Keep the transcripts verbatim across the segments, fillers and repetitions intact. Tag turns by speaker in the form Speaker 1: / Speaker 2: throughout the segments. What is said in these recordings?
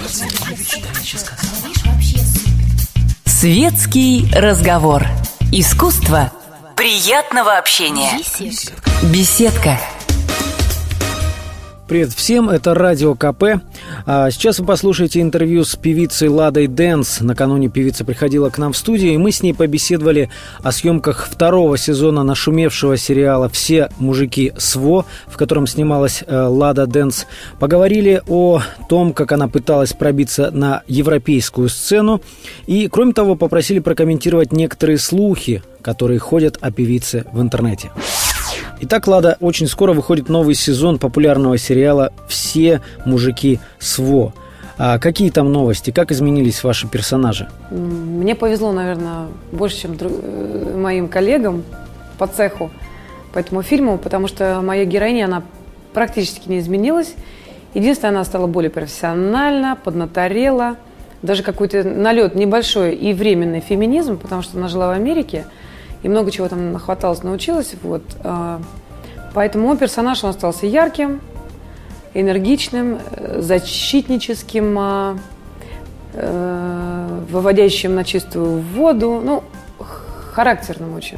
Speaker 1: Светский разговор. Искусство приятного общения. Беседка.
Speaker 2: Привет всем, это Радио КП. А сейчас вы послушаете интервью с певицей Ладой Дэнс. Накануне певица приходила к нам в студию, и мы с ней побеседовали о съемках второго сезона нашумевшего сериала «Все мужики СВО», в котором снималась э, Лада Дэнс. Поговорили о том, как она пыталась пробиться на европейскую сцену. И, кроме того, попросили прокомментировать некоторые слухи, которые ходят о певице в интернете. Итак, Лада, очень скоро выходит новый сезон популярного сериала «Все мужики СВО». А какие там новости? Как изменились ваши персонажи?
Speaker 3: Мне повезло, наверное, больше, чем друг... моим коллегам по цеху по этому фильму, потому что моя героиня, она практически не изменилась. Единственное, она стала более профессиональна, поднаторела. Даже какой-то налет небольшой и временный феминизм, потому что она жила в Америке. И много чего там нахваталась, научилась. Вот. Поэтому мой персонаж, он остался ярким, энергичным, защитническим, выводящим на чистую воду, ну, характерным очень.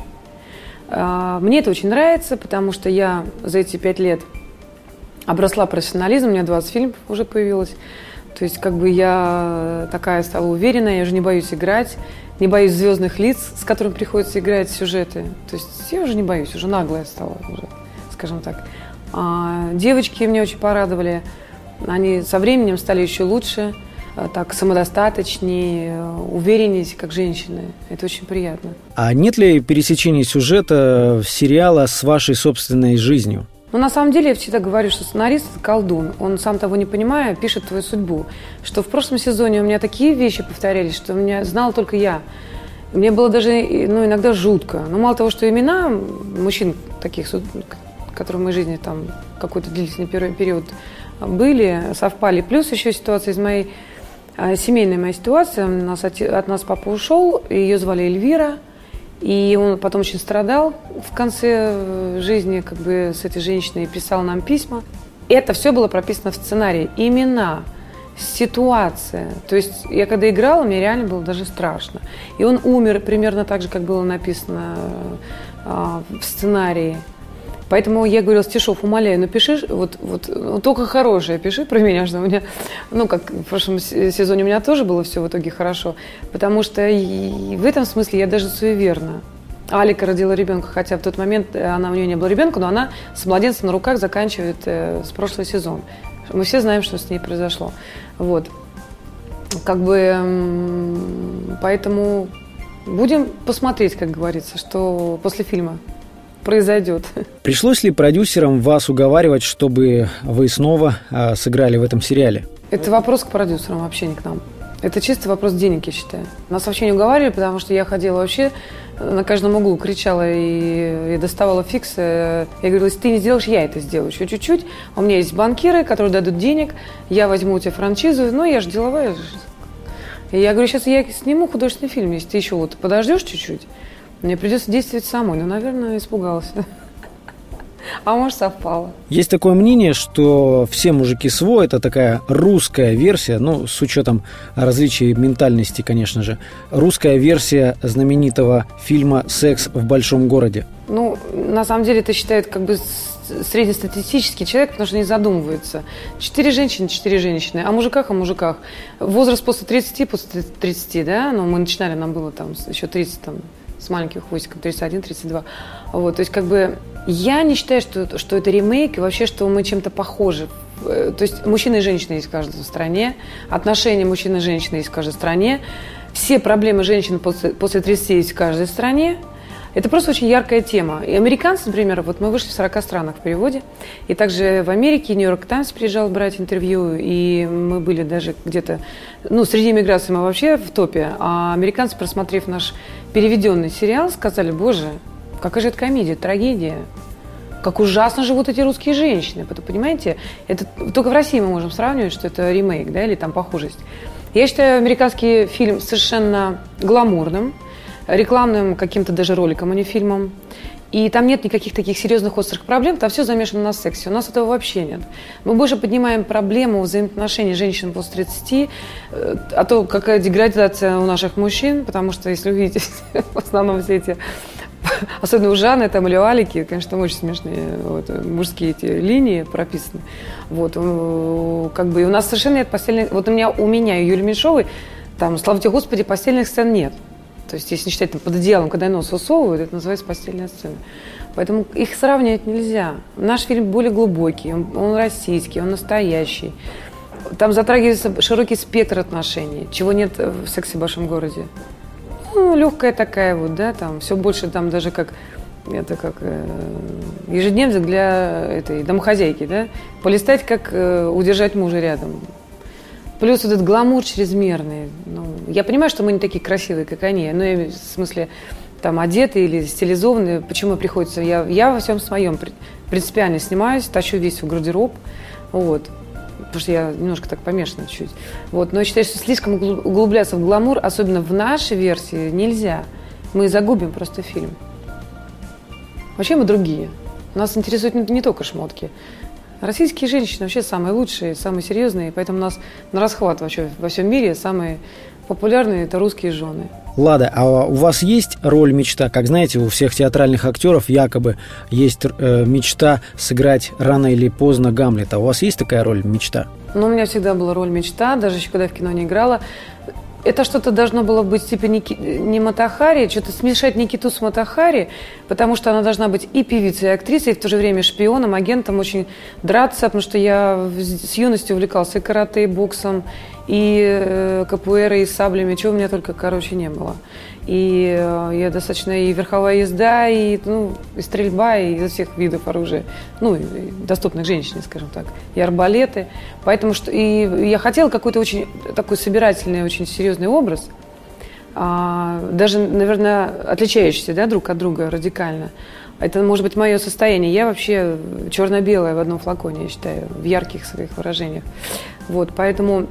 Speaker 3: Мне это очень нравится, потому что я за эти пять лет обросла профессионализмом, у меня двадцать фильмов уже появилось. То есть как бы я такая стала уверенная, я уже не боюсь играть, не боюсь звездных лиц, с которыми приходится играть сюжеты. То есть я уже не боюсь, уже наглая стала, уже, скажем так. А девочки меня очень порадовали. Они со временем стали еще лучше, так самодостаточнее, увереннее, как женщины. Это очень приятно. А
Speaker 2: нет ли пересечений сюжета сериала с вашей собственной жизнью?
Speaker 3: Ну, на самом деле, я всегда говорю, что сценарист – это колдун. Он, сам того не понимая, пишет твою судьбу. Что в прошлом сезоне у меня такие вещи повторялись, что меня знала только я. Мне было даже, ну, иногда жутко. Но мало того, что имена мужчин таких, которые в моей жизни там какой-то длительный период были, совпали. Плюс еще ситуация из моей семейной моей ситуации. У нас, от нас папа ушел, ее звали Эльвира. И он потом очень страдал в конце жизни, как бы с этой женщиной, писал нам письма. Это все было прописано в сценарии. Имена, ситуация. То есть я когда играла, мне реально было даже страшно. И он умер примерно так же, как было написано а, в сценарии. Поэтому я говорила: Стешов, умоляю, напиши, вот, вот, ну, только хорошее пиши про меня, что у меня, ну, как в прошлом сезоне у меня тоже было все в итоге хорошо, потому что и в этом смысле я даже суеверна. Алика родила ребенка, хотя в тот момент она, у нее не было ребенка, но она с младенцем на руках заканчивает э, с прошлый сезон. Мы все знаем, что с ней произошло. Вот. Как бы, э, поэтому будем посмотреть, как говорится, что после фильма произойдет.
Speaker 2: Пришлось ли продюсерам вас уговаривать, чтобы вы снова а, сыграли в этом сериале?
Speaker 3: Это вопрос к продюсерам, вообще не к нам. Это чисто вопрос денег, я считаю. Нас вообще не уговаривали, потому что я ходила вообще на каждом углу, кричала и, и доставала фиксы. Я говорила: если ты не сделаешь, я это сделаю. Еще чуть-чуть. У меня есть банкиры, которые дадут денег, я возьму у тебя франшизу. Ну, я же деловая. И я говорю: сейчас я сниму художественный фильм, если ты еще вот подождешь чуть-чуть. Мне придется действовать самой. Ну, наверное, испугалась. А может, совпало.
Speaker 2: Есть такое мнение, что «Все мужики СВО» – это такая русская версия, ну, с учетом различий ментальности, конечно же, русская версия знаменитого фильма «Секс в большом городе».
Speaker 3: Ну, на самом деле, это считает как бы среднестатистический человек, потому что не задумывается. Четыре женщины, четыре женщины. О мужиках, о мужиках. Возраст после тридцати, после тридцати, да? Ну, мы начинали, нам было там еще тридцать, там, с маленьким хвостиком, тридцать один, тридцать два. Вот, то есть, как бы, я не считаю, что, что это ремейк, и вообще, что мы чем-то похожи. То есть, мужчина и женщина есть в каждой стране, отношения мужчины и женщины есть в каждой стране, все проблемы женщин после, после тридцати есть в каждой стране. Это просто очень яркая тема. И американцы, например, вот мы вышли в сорока странах в переводе, и также в Америке Нью-Йорк Таймс приезжал брать интервью, и мы были даже где-то, ну, среди иммиграции мы вообще в топе, а американцы, просмотрев наш переведенный сериал, сказали: боже, какая же это комедия, трагедия, как ужасно живут эти русские женщины. Понимаете, это только в России мы можем сравнивать, что это ремейк, да, или там похожесть. Я считаю американский фильм совершенно гламурным, рекламным каким-то даже роликом, а не фильмом. И там нет никаких таких серьезных острых проблем, там все замешано на сексе. У нас этого вообще нет. Мы больше поднимаем проблему взаимоотношений женщин после тридцати, а то какая деградация у наших мужчин, потому что, если увидите, в основном все эти, особенно у Жанны там, или у Алики, конечно, там очень смешные вот, мужские эти линии прописаны. Вот, как бы, и у нас совершенно нет постельных... Вот у меня, у меня и Юлии Меньшовой, там, слава тебе Господи, постельных сцен нет. То есть, если не считать там, под одеялом, когда нос высовывают, это называется постельная сцена. Поэтому их сравнивать нельзя. Наш фильм более глубокий, он, он российский, он настоящий. Там затрагивается широкий спектр отношений, чего нет в «Сексе в большом городе». Ну, легкая такая вот, да, там, все больше там даже как, это как э, ежедневник для этой домохозяйки, да, полистать, как э, удержать мужа рядом. Плюс вот этот гламур чрезмерный. Ну, я понимаю, что мы не такие красивые, как они, но я, в смысле, там, одетые или стилизованные. Почему приходится? Я, я во всем своем принципиально снимаюсь, тащу весь в гардероб, вот, потому что я немножко так помешана чуть. Вот, но я считаю, что слишком углубляться в гламур, особенно в нашей версии, нельзя. Мы загубим просто фильм. Вообще мы другие. Нас интересуют не, не только шмотки. Российские женщины вообще самые лучшие, самые серьезные, поэтому у нас на расхват вообще во всем мире самые популярные – это русские жены.
Speaker 2: Лада, а у вас есть роль мечта? Как знаете, у всех театральных актеров якобы есть э, мечта сыграть рано или поздно Гамлета. У вас есть такая роль мечта?
Speaker 3: Ну, у меня всегда была роль мечта, даже еще когда я в кино не играла. Это что-то должно было быть типа Ники, не Мата Хари, что-то смешать Никиту с Мата Хари, потому что она должна быть и певицей, и актрисой, и в то же время шпионом, агентом, очень драться, потому что я с юности увлекался и карате, и боксом, и э, капуэрой, и саблями, чего у меня только, короче, не было. И э, я достаточно и верховая езда, и, ну, и стрельба, и из всех видов оружия, ну, и, и доступных женщине, скажем так, и арбалеты. Поэтому что, и я хотела какой-то очень такой собирательный, очень серьезный образ, а, даже, наверное, отличающийся, да, друг от друга радикально. Это может быть мое состояние. Я вообще черно-белая в одном флаконе, я считаю, в ярких своих выражениях. Вот, поэтому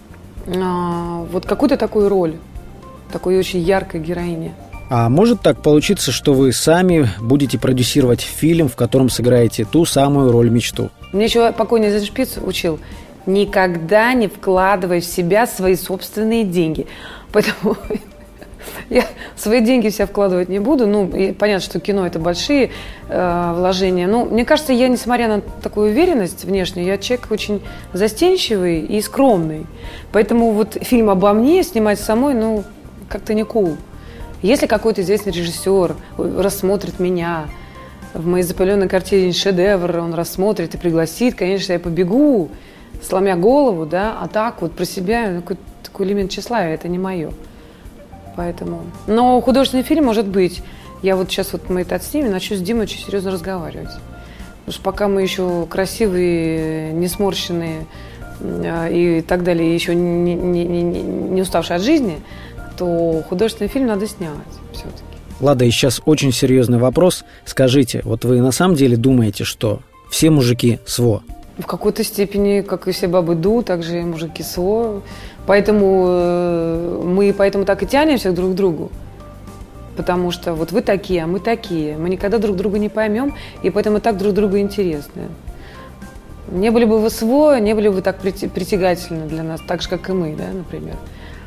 Speaker 3: а, вот какую-то такую роль, такой очень яркой героини.
Speaker 2: А может так получиться, что вы сами будете продюсировать фильм, в котором сыграете ту самую роль-мечту?
Speaker 3: Мне еще покойный Зеншпиц учил: никогда не вкладывай в себя свои собственные деньги. Поэтому я свои деньги в себя вкладывать не буду. Ну, понятно, что кино – это большие э, вложения. Но мне кажется, я, несмотря на такую уверенность внешнюю, я человек очень застенчивый и скромный. Поэтому вот фильм обо мне снимать самой, ну, как-то не cool. Если какой-то известный режиссер рассмотрит меня в моей запыленной картине шедевр, он рассмотрит и пригласит, конечно, я побегу, сломя голову, да, а так вот про себя, ну, какой, такой элемент тщеславия, это не мое. Поэтому... Но художественный фильм может быть. Я вот сейчас вот мы это отснимем, начну с Димой очень серьезно разговаривать. Потому что пока мы еще красивые, не сморщенные и так далее, еще не, не, не, не уставшие от жизни, то художественный фильм надо снять все-таки.
Speaker 2: Лада, и сейчас очень серьезный вопрос. Скажите, вот вы на самом деле думаете, что все мужики СВО?
Speaker 3: В какой-то степени, как и все бабы ду, так же и мужики СВО. Поэтому э, мы поэтому так и тянемся друг к другу. Потому что вот вы такие, а мы такие. Мы никогда друг друга не поймем, и поэтому так друг другу интересны. Не были бы вы СВО, не были бы так притягательны для нас, так же, как и мы, да, например.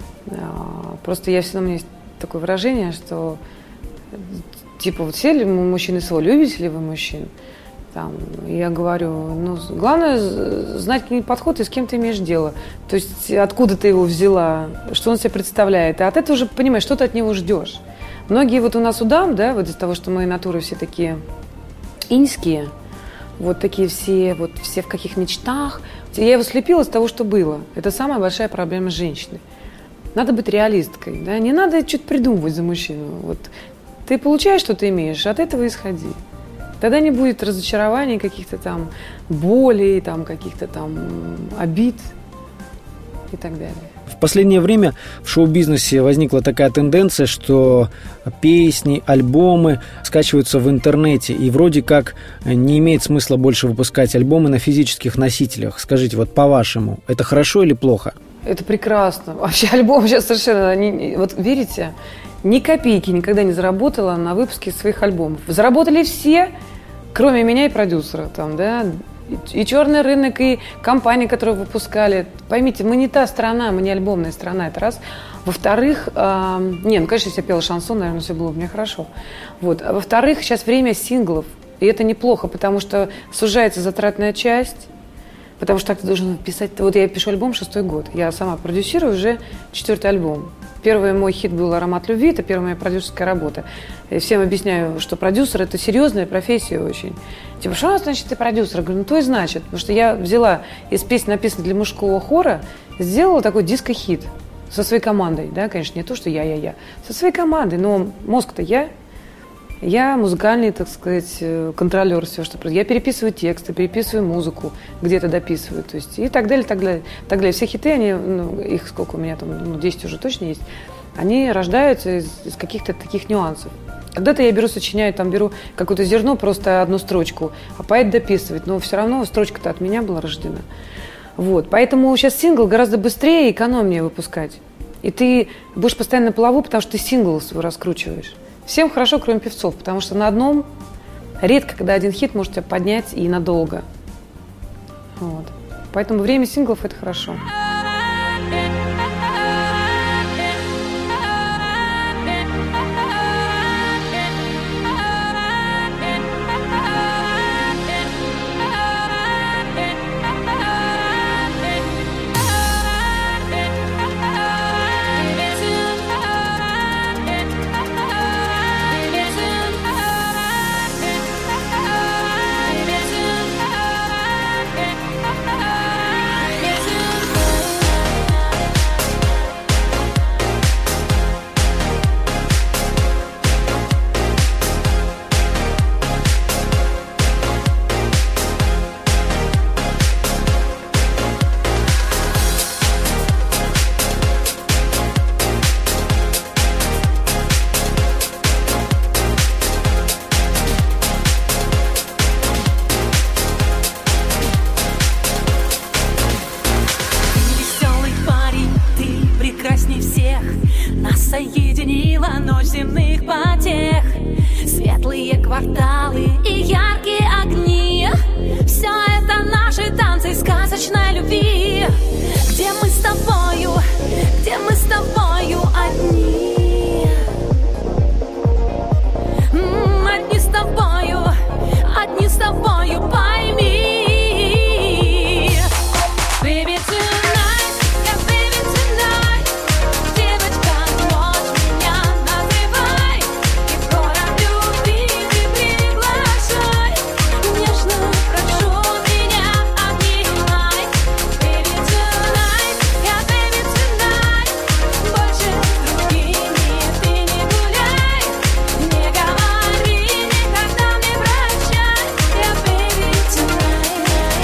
Speaker 3: Просто я всегда, у меня есть такое выражение, что типа вот все ли мужчины СВО, любите ли вы мужчин? Там, я говорю, ну, главное знать к ним подход и с кем ты имеешь дело. То есть откуда ты его взяла, что он себе представляет. И от этого уже понимаешь, что ты от него ждешь. Многие вот у нас у дам, да, вот из-за того, что мои натуры все такие иньские, вот такие все, вот все в каких мечтах. Я его слепила из того, что было. Это самая большая проблема женщины. Надо быть реалисткой, да, не надо что-то придумывать за мужчину. Вот ты получаешь, что ты имеешь, от этого исходи. Тогда не будет разочарований, каких-то там болей, там, каких-то там обид и так далее.
Speaker 2: В последнее время в шоу-бизнесе возникла такая тенденция, что песни, альбомы скачиваются в интернете, и вроде как не имеет смысла больше выпускать альбомы на физических носителях. Скажите, вот по-вашему, это хорошо или плохо?
Speaker 3: Это прекрасно. Вообще альбом сейчас совершенно... Не, вот верите, ни копейки никогда не заработала на выпуске своих альбомов. Заработали все, кроме меня и продюсера. Там, да, и черный рынок, и компании, которые выпускали. Поймите, мы не та страна, мы не альбомная страна, это раз. Во-вторых, э, не, ну, конечно, если я пела шансон, наверное, все было бы мне хорошо. Вот. А во-вторых, сейчас время синглов, и это неплохо, потому что сужается затратная часть, потому что так ты должен писать. Вот я пишу альбом шестой год, я сама продюсирую уже четвертый альбом. Первый мой хит был «Аромат любви», это первая моя продюсерская работа. И всем объясняю, что продюсер – это серьезная профессия очень. Типа, что значит ты продюсер? Я говорю, ну то и значит. Потому что я взяла из песен, написанных для мужского хора, сделала такой диско-хит со своей командой. Да, конечно, не то, что я-я-я. Со своей командой, но мозг-то я. Я музыкальный, так сказать, контролер, все, что происходит. Я переписываю тексты, переписываю музыку, где-то дописываю, то есть, и так далее, так далее, так далее. Все хиты, они, ну, их сколько у меня там, ну, десять уже точно есть, они рождаются из, из каких-то таких нюансов. Когда-то я беру, сочиняю, там, беру какое-то зерно, просто одну строчку, а поэт дописывает, но все равно строчка-то от меня была рождена. Вот, поэтому сейчас сингл гораздо быстрее и экономнее выпускать. И ты будешь постоянно на плаву, потому что ты сингл свой раскручиваешь. Всем хорошо, кроме певцов, потому что на одном редко, когда один хит может тебя поднять и надолго. Вот. Поэтому время синглов – это хорошо.
Speaker 4: Соединила ночь земных потех, светлые кварталы и яркие огни. Все это наши танцы сказочной любви, где мы с тобою, где мы с тобою одни. М-м, одни с тобою, одни с тобою, пойми. Baby, tonight, yeah, baby, tonight. Девочка, ночь меня называй, и в город любви ты приглашай. Нежно прошу меня обнимай. Baby, tonight, yeah, baby, tonight. Больше с другими ты не гуляй, не говори никогда мне прощай. Yeah, baby, tonight.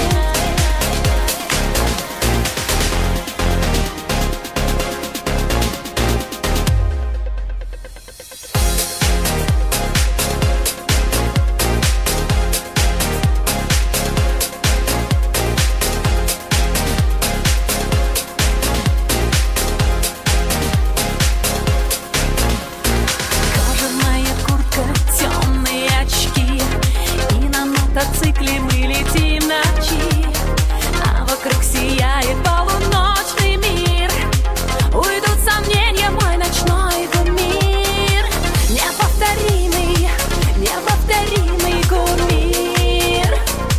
Speaker 4: Кожаная куртка, темные очки, и на мотоцикле мы летим в ночи, а вокруг сияет полуночный мир. Уйдут сомнения, мой ночной кумир, неповторимый, неповторимый кумир,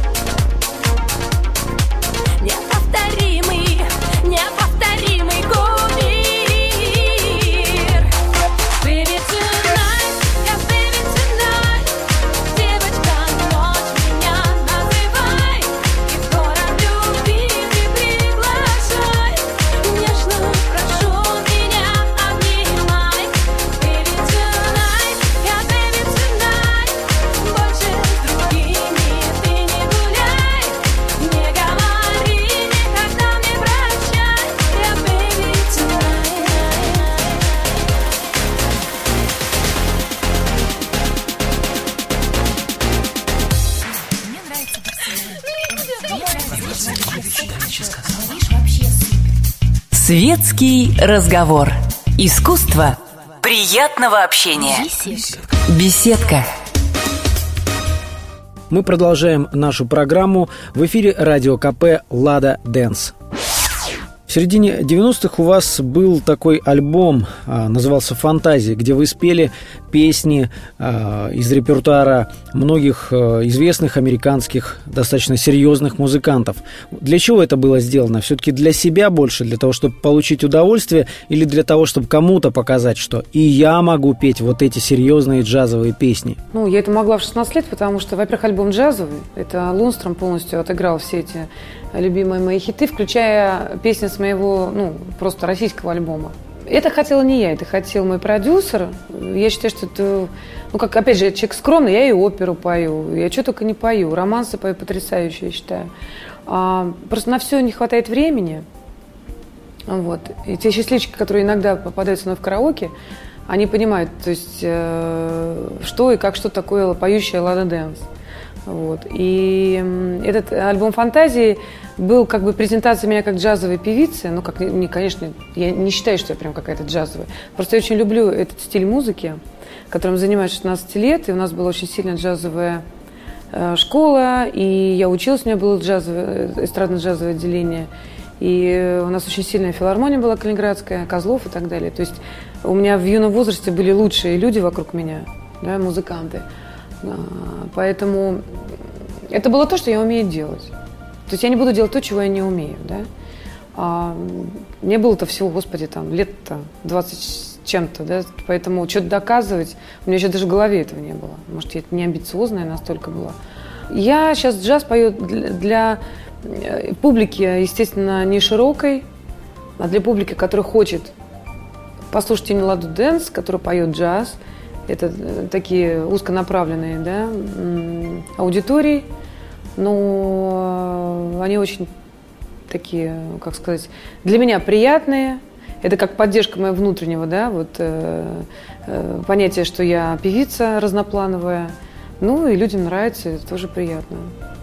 Speaker 4: неповторимый, неповторимый кумир. Baby, tonight, yeah, baby, tonight. Девочка, ночь меня называй, и в город любви ты приглашай. Нежно прошу меня обнимай. Baby, tonight, yeah, baby, tonight. Больше с другими ты не гуляй, не говори никогда мне прощай. Yeah, baby, tonight.
Speaker 1: Светский разговор. Искусство Приятного общения. Беседка. Беседка.
Speaker 2: Мы продолжаем нашу программу. В эфире радио КП «Лада Дэнс». В середине девяностых у вас был такой альбом, назывался «Фантазии», где вы спели песни из репертуара многих известных американских, достаточно серьезных музыкантов. Для чего это было сделано? Все-таки для себя больше, для того, чтобы получить удовольствие, или для того, чтобы кому-то показать, что и я могу петь вот эти серьезные джазовые песни?
Speaker 3: Ну, я это могла в шестнадцать лет, потому что, во-первых, альбом джазовый. Это Лунстром полностью отыграл все эти любимые мои хиты, включая песни с моего, ну, просто российского альбома. Это хотела не я, это хотел мой продюсер. Я считаю, что это, ну, как, опять же, я человек скромный, я и оперу пою, я что только не пою, романсы пою потрясающие, я считаю. А, просто на все не хватает времени. Вот. И те счастливчики, которые иногда попадаются со мной в караоке, они понимают, то есть, э, что и как, что такое поющая Лада Дэнс. Вот. И этот альбом «Фантазии» был как бы презентацией меня как джазовой певицы. Ну, как, не, конечно, я не считаю, что я прям какая-то джазовая. Просто я очень люблю этот стиль музыки, которым занимаюсь шестнадцать лет. И у нас была очень сильная джазовая э, школа. И я училась, у меня было джазовое, эстрадно-джазовое отделение. И у нас очень сильная филармония была калининградская, Козлов и так далее. То есть у меня в юном возрасте были лучшие люди вокруг меня, да, музыканты. Поэтому это было то, что я умею делать. То есть я не буду делать то, чего я не умею, да. А мне было-то всего, господи, там, лет-то двадцать с чем-то, да, поэтому что-то доказывать, у меня еще даже в голове этого не было. Может, я не амбициозная настолько была. Я сейчас джаз пою для, для публики, естественно, не широкой, а для публики, которая хочет послушать именно Ладу Дэнс, которая поет джаз. Это такие узконаправленные, да, аудитории, но они очень такие, как сказать, для меня приятные. Это как поддержка моего внутреннего, да, вот э, э, понятие, что я певица разноплановая. Ну и людям нравится, это тоже приятно.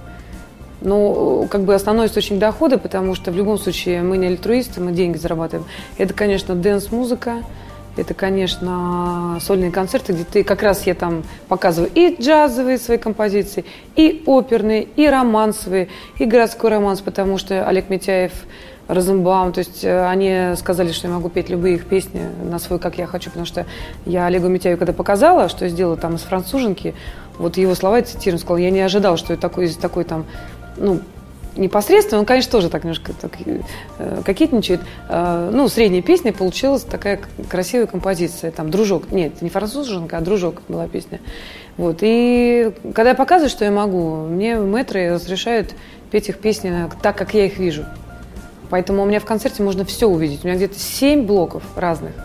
Speaker 3: Но как бы основной источник дохода, потому что в любом случае мы не альтруисты, мы деньги зарабатываем. Это, конечно, дэнс-музыка. Это, конечно, сольные концерты, где ты, как раз я там показываю и джазовые свои композиции, и оперные, и романсовые, и городской романс, потому что Олег Митяев, Розенбаум, то есть они сказали, что я могу петь любые их песни на свой «Как я хочу», потому что я Олегу Митяеву когда показала, что я сделала там из француженки, вот его слова я цитирую, он сказал, я не ожидал, что такой, такой там, ну, непосредственно, он, конечно, тоже так немножко так, э, кокетничает. Э, ну, средняя песня, получилась такая красивая композиция. Там «Дружок». Нет, не француженка, а «Дружок» была песня. Вот. И когда я показываю, что я могу, мне мэтры разрешают петь их песни так, как я их вижу. Поэтому у меня в концерте можно все увидеть. У меня где-то семь блоков разных.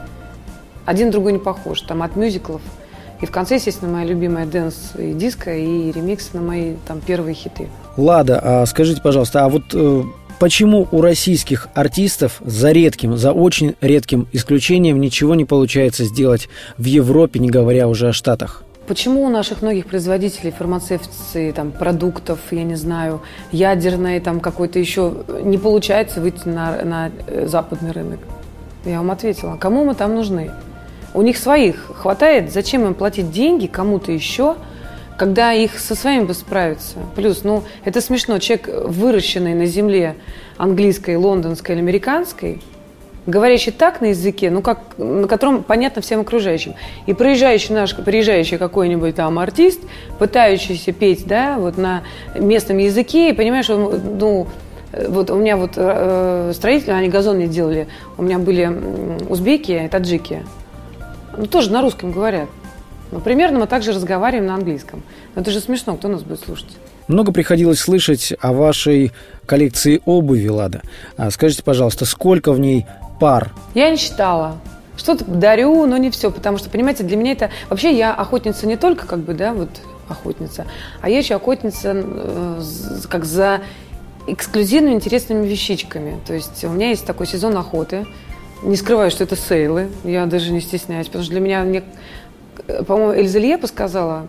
Speaker 3: Один другой не похож. Там от мюзиклов. И в конце, естественно, моя любимая дэнс и диско, и ремикс на мои там первые хиты.
Speaker 2: Лада, а скажите, пожалуйста, а вот э, почему у российских артистов за редким, за очень редким исключением ничего не получается сделать в Европе, не говоря уже о Штатах?
Speaker 3: Почему у наших многих производителей, фармацевтики, там, продуктов, я не знаю, ядерной, там, какой-то еще, не получается выйти на, на западный рынок? Я вам ответила. Кому мы там нужны? У них своих хватает, зачем им платить деньги кому-то еще, когда их со своими бы справиться? Плюс, ну, это смешно, человек, выращенный на земле английской, лондонской или американской, говорящий так на языке, ну, как, на котором понятно всем окружающим. И приезжающий наш, приезжающий какой-нибудь там артист, пытающийся петь, да, вот на местном языке, и понимаешь, он, ну, вот у меня вот э, строители, они газон не делали, у меня были узбеки и таджики. Ну, тоже на русском говорят. Но примерно мы также разговариваем на английском. Но это же смешно, кто нас будет слушать?
Speaker 2: Много приходилось слышать о вашей коллекции обуви, Лада. А скажите, пожалуйста, сколько в ней пар?
Speaker 3: Я не считала. Что-то дарю, но не все. Потому что, понимаете, для меня это... Вообще я охотница не только, как бы, да, вот охотница, а я еще охотница э, как за эксклюзивными интересными вещичками. То есть у меня есть такой сезон охоты. Не скрываю, что это сейлы, я даже не стесняюсь, потому что для меня, мне, по-моему, Эльза Льепа сказала,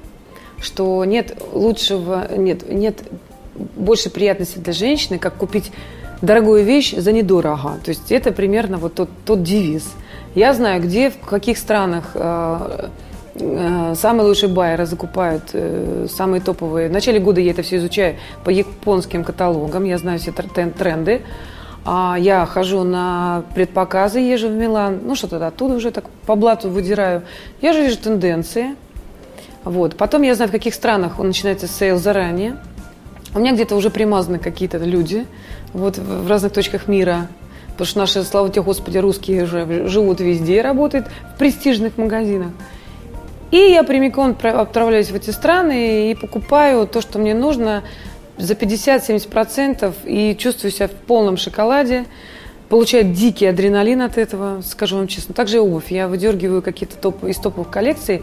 Speaker 3: что нет лучшего, нет, нет больше приятности для женщины, как купить дорогую вещь за недорого. То есть это примерно вот тот, тот девиз. Я знаю, где, в каких странах э, э, самые лучшие байеры закупают э, самые топовые. В начале года я это все изучаю по японским каталогам. Я знаю все тренды. А я хожу на предпоказы, езжу в Милан. Ну, что-то оттуда уже так по блату выдираю. Я же вижу тенденции. Вот. Потом я знаю, в каких странах он начинается сейл заранее. У меня где-то уже примазаны какие-то люди вот, в разных точках мира. Потому что наши, слава тебе, Господи, русские уже живут везде, работают в престижных магазинах. И я прямиком отправляюсь в эти страны и покупаю то, что мне нужно, за пятьдесят-семьдесят процентов и чувствую себя в полном шоколаде. Получаю дикий адреналин от этого, скажу вам честно. Также и обувь. Я выдергиваю какие-то топ, из топовых коллекций,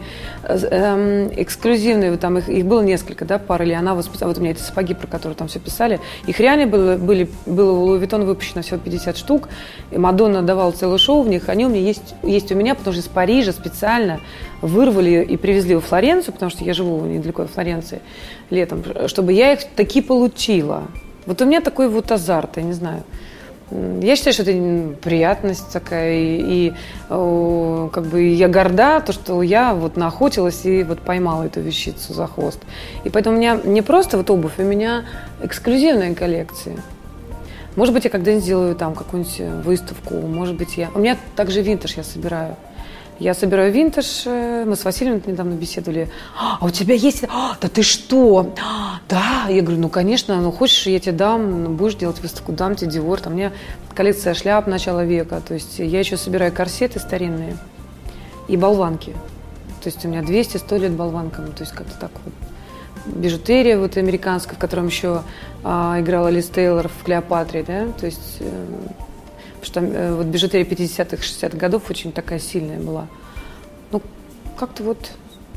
Speaker 3: эм, эксклюзивные, там их, их было несколько, да, пар, или она, вот у меня эти сапоги, про которые там все писали, их реально было, были, было у Луи Виттон выпущено всего пятьдесят штук, и Мадонна давала целое шоу в них, они у меня есть, есть у меня, потому что из Парижа специально вырвали и привезли во Флоренцию, потому что я живу недалеко от Флоренции летом, чтобы я их таки получила. Вот у меня такой вот азарт, я не знаю. Я считаю, что это приятность такая, и, и о, как бы я горда, то, что я вот наохотилась и вот поймала эту вещицу за хвост. И поэтому у меня не просто вот обувь, у меня эксклюзивная коллекция. Может быть, я когда-нибудь сделаю там какую-нибудь выставку, может быть, я... У меня также винтаж я собираю. Я собираю винтаж, мы с Василием недавно беседовали. А у тебя есть? А, да ты что? А, да. Я говорю, ну, конечно, ну, хочешь, я тебе дам, ну, будешь делать выставку, дам тебе Диор. Там у меня коллекция шляп начала века. То есть я еще собираю корсеты старинные и болванки. То есть у меня двести-сто лет болванкам. То есть как-то так вот. Бижутерия вот американская, в котором еще а, играла Лиз Тейлор в «Клеопатре», да, то есть... Потому что э, вот бижутерия пятидесятых, шестидесятых годов очень такая сильная была. Ну, как-то вот...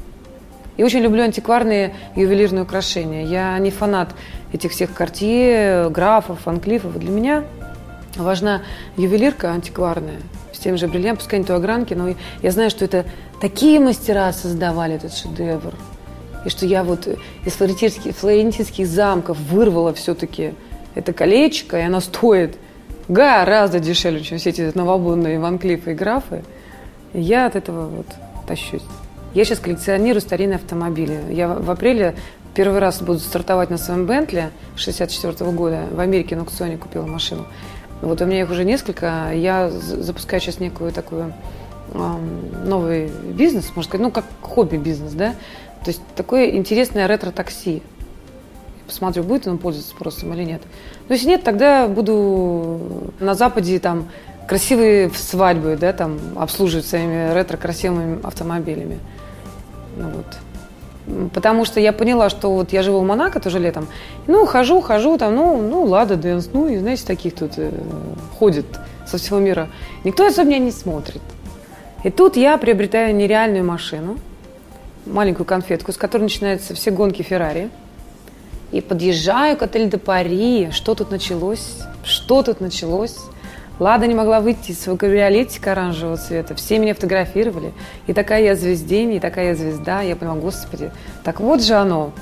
Speaker 3: И очень люблю антикварные ювелирные украшения. Я не фанат этих всех Cartier, графов, Ван Клиффов. Для меня важна ювелирка антикварная, с тем же бриллиантом, пускай не той огранки, но я знаю, что это такие мастера создавали этот шедевр. И что я вот из флорентийских, флорентийских замков вырвала все-таки это колечко, и оно стоит... гораздо дешевле, чем все эти новобунные Ван Клиффы и графы. И я от этого вот тащусь. Я сейчас коллекционирую старинные автомобили. Я в апреле первый раз буду стартовать на своем Бентли шестьдесят четвёртого года. В Америке на аукционе купила машину. Вот у меня их уже несколько. Я запускаю сейчас некую такую эм, новый бизнес, можно сказать, ну как хобби-бизнес, да. То есть такое интересное ретро-такси. Посмотрю, будет он пользоваться спросом или нет. Но если нет, тогда буду на Западе там красивые свадьбы, да, там обслуживать своими ретро-красивыми автомобилями. Ну, вот. Потому что я поняла, что вот я живу в Монако тоже летом. Ну, хожу, хожу, там, ну, ну, Лада Дэнс, ну, и, знаете, таких тут э, ходит со всего мира. Никто особо меня не смотрит. И тут я приобретаю нереальную машину, маленькую конфетку, с которой начинаются все гонки Феррари. И подъезжаю к отелю де Пари. Что тут началось? Что тут началось? Лада не могла выйти из своего кабриолетика оранжевого цвета. Все меня фотографировали. И такая я звездень, и такая я звезда. Я поняла, господи, так вот же оно.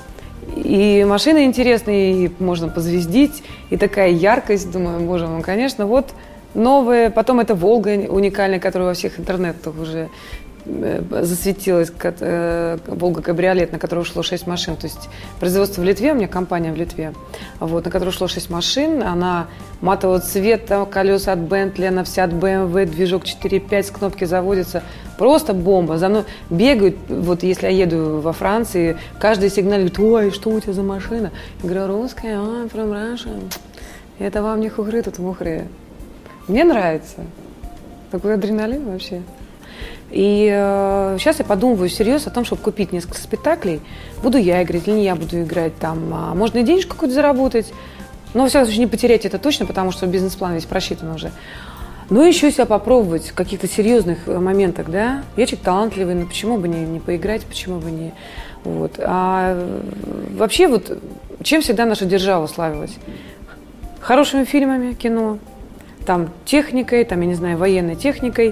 Speaker 3: И машина интересная, и можно позвездить. И такая яркость. Думаю, боже мой, конечно, вот новая. Потом это Волга уникальная, которая во всех интернетах уже засветилась, Волга кабриолет, на которую ушло шесть машин. То есть производство в Литве, у меня компания в Литве, вот, на которую ушло шесть машин. Она матового цвета, колеса от Бентли, она вся от бэ эм вэ, движок четыре пять, с кнопки заводится. Просто бомба. За мной бегают, вот если я еду во Франции, каждый сигнал говорит, ой, что у тебя за машина? Я говорю, русская, I'm from Russia. Это вам не хухры, тут мухры. Мне нравится. Такой адреналин вообще. И э, сейчас я подумываю серьезно о том, чтобы купить несколько спектаклей. Буду я играть или не я буду играть там. А можно и денежку какую-то заработать. Но, во всяком случае, не потерять это точно, потому что бизнес-план весь просчитан уже. Ну, еще себя попробовать в каких-то серьезных моментах, да. Я человек талантливый, но почему бы не, не поиграть, почему бы не... Вот. А вообще, вот, чем всегда наша держава славилась? Хорошими фильмами, кино, там, техникой, там, я не знаю, военной техникой.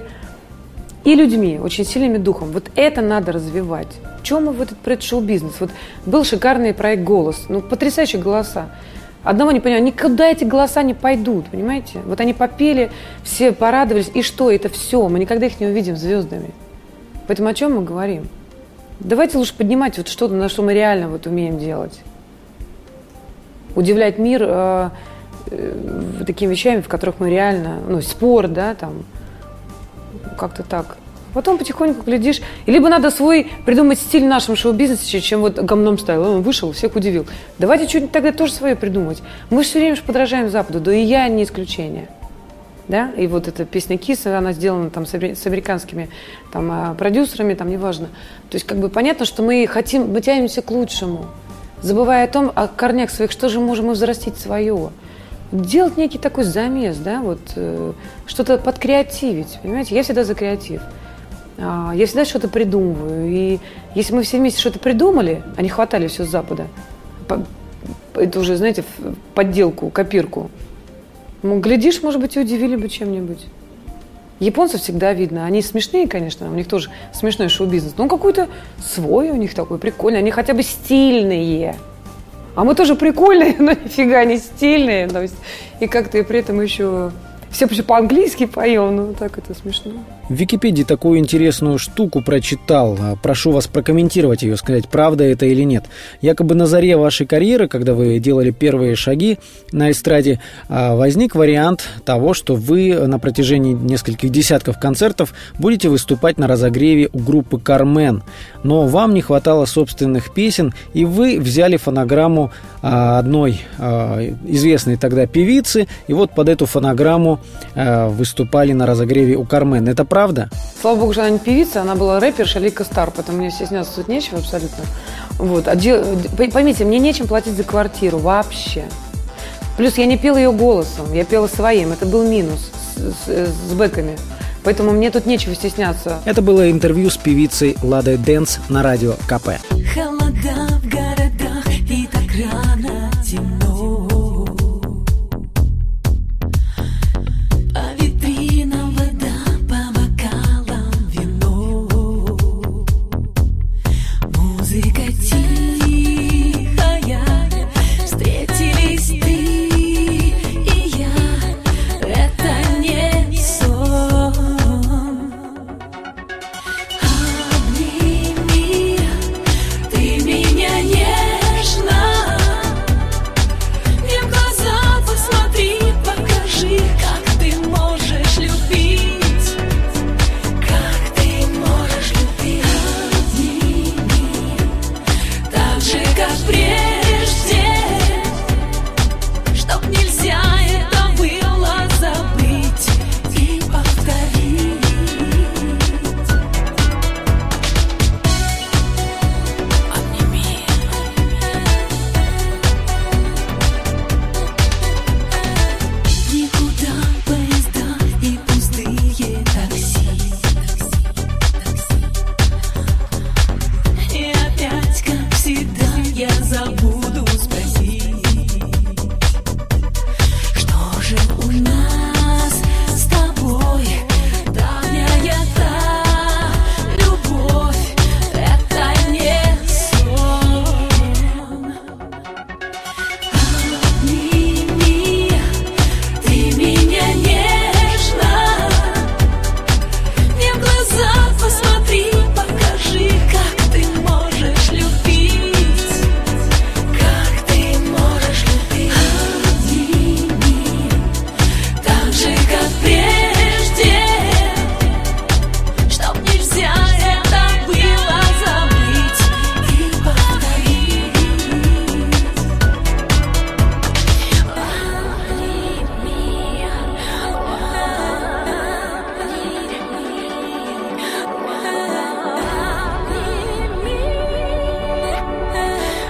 Speaker 3: И людьми, очень сильными духом. Вот это надо развивать. В чем мы в этот предшоу-бизнес? Вот был шикарный проект «Голос». Ну, потрясающие голоса. одного не понимаю, никуда эти голоса не пойдут, понимаете? Вот они попели, все порадовались, и что? Это все, мы никогда их не увидим звездами. Поэтому о чем мы говорим? Давайте лучше поднимать вот что-то, на что мы реально вот умеем делать. Удивлять мир э, э, такими вещами, в которых мы реально, ну, спорт, да, там, как-то так. Потом потихоньку глядишь. И либо надо свой придумать стиль в нашем шоу-бизнесе, чем вот Gangnam Style. Он вышел, всех удивил. Давайте что-нибудь тогда тоже свое придумать. Мы все время же подражаем Западу, да и я не исключение. Да? И вот эта песня «Kiss», она сделана там с американскими там, продюсерами, там, неважно. То есть как бы понятно, что мы хотим, мы тянемся к лучшему, забывая о том, о корнях своих, что же можем мы взрастить свое. Делать некий такой замес, да, вот, э, что-то подкреативить, понимаете? Я всегда за креатив. А, я всегда что-то придумываю. И если мы все вместе что-то придумали, а не хватали все с Запада, по, это уже, знаете, подделку, копирку, ну, глядишь, может быть, и удивили бы чем-нибудь. Японцев всегда видно. Они смешные, конечно, у них тоже смешной шоу-бизнес, но он какой-то свой у них такой, прикольный. Они хотя бы стильные. А мы тоже прикольные, но нифига не стильные. То есть, и как-то и при этом еще все по-английски поем, ну так это смешно.
Speaker 2: В Википедии такую интересную штуку прочитал. Прошу вас прокомментировать ее, сказать, правда это или нет. Якобы на заре вашей карьеры, когда вы делали первые шаги на эстраде, возник вариант того, что вы на протяжении нескольких десятков концертов будете выступать на разогреве у группы «Кармен». Но вам не хватало собственных песен, и вы взяли фонограмму одной известной тогда певицы, и вот под эту фонограмму выступали на разогреве у «Кармен». Это правда?
Speaker 3: Слава богу, что она не певица, она была рэперша Лика Стар, поэтому мне стесняться тут нечего абсолютно. Вот. А де... Поймите, мне нечем платить за квартиру вообще. Плюс я не пела ее голосом, я пела своим. Это был минус с, с, с бэками. Поэтому мне тут нечего стесняться.
Speaker 2: Это было интервью с певицей Ладой Дэнс на радио ка пэ.
Speaker 4: Холода.